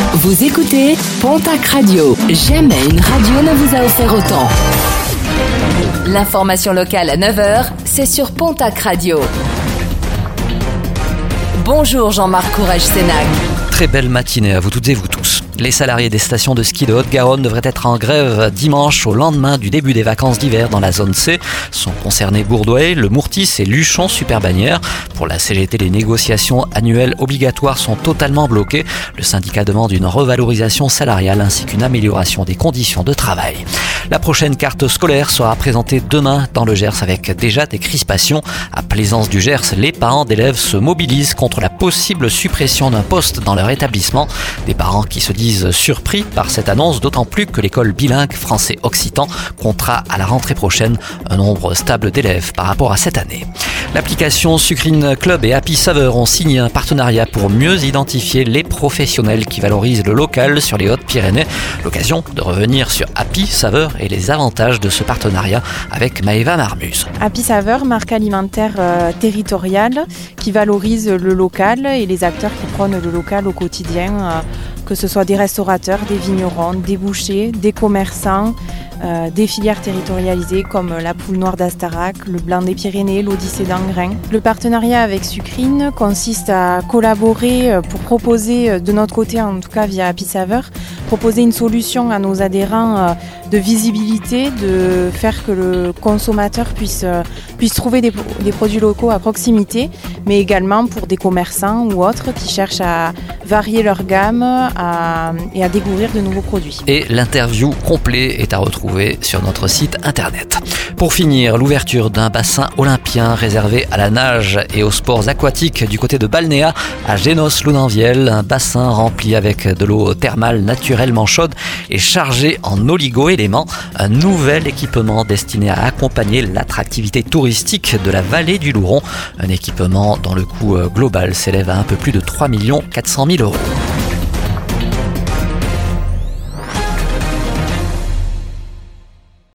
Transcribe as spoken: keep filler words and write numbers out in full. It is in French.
Vous écoutez Pontac Radio. Jamais une radio ne vous a offert autant. L'information locale à neuf heures, c'est sur Pontac Radio. Bonjour Jean-Marc Courage-Sénac. Très belle matinée à vous toutes et vous tous. Les salariés des stations de ski de Haute-Garonne devraient être en grève dimanche au lendemain du début des vacances d'hiver dans la zone C. Sont concernés Bourdouet, Le Mourtis et Luchon-Super-Bagnères. Pour la C G T, les négociations annuelles obligatoires sont totalement bloquées. Le syndicat demande une revalorisation salariale ainsi qu'une amélioration des conditions de travail. La prochaine carte scolaire sera présentée demain dans le Gers avec déjà des crispations. À Plaisance du Gers, les parents d'élèves se mobilisent contre la possible suppression d'un poste dans leur établissement. Des parents qui se disent surpris par cette annonce, d'autant plus que l'école bilingue français-occitan comptera à la rentrée prochaine un nombre stable d'élèves par rapport à cette année. L'application Sucrine Club et Happy Saveur ont signé un partenariat pour mieux identifier les professionnels qui valorisent le local sur les Hautes-Pyrénées. L'occasion de revenir sur Happy Saveur et les avantages de ce partenariat avec Maëva Marmuse. Happy Saveur, marque alimentaire euh, territoriale qui valorise le local et les acteurs qui prônent le local au quotidien, euh, que ce soit des restaurateurs, des vignerons, des bouchers, des commerçants, euh, des filières territorialisées comme la poule noire d'Astarac, le blanc des Pyrénées, l'Odyssée d'Angrain. Le partenariat avec Sucrine consiste à collaborer pour proposer, de notre côté en tout cas via Happy Saveur, proposer une solution à nos adhérents de visibilité, de faire que le consommateur puisse, puisse trouver des, des produits locaux à proximité, mais également pour des commerçants ou autres qui cherchent à varier leur gamme à, et à découvrir de nouveaux produits. Et l'interview complète est à retrouver sur notre site internet. Pour finir, l'ouverture d'un bassin olympien réservé à la nage et aux sports aquatiques du côté de Balnéa à Génos-Loudunvielle, un bassin rempli avec de l'eau thermale naturellement chaude et chargé en oligo-éléments, un nouvel équipement destiné à accompagner l'attractivité touristique de la vallée du Louron, un équipement dont le coût global s'élève à un peu plus de trois millions quatre cent mille euros.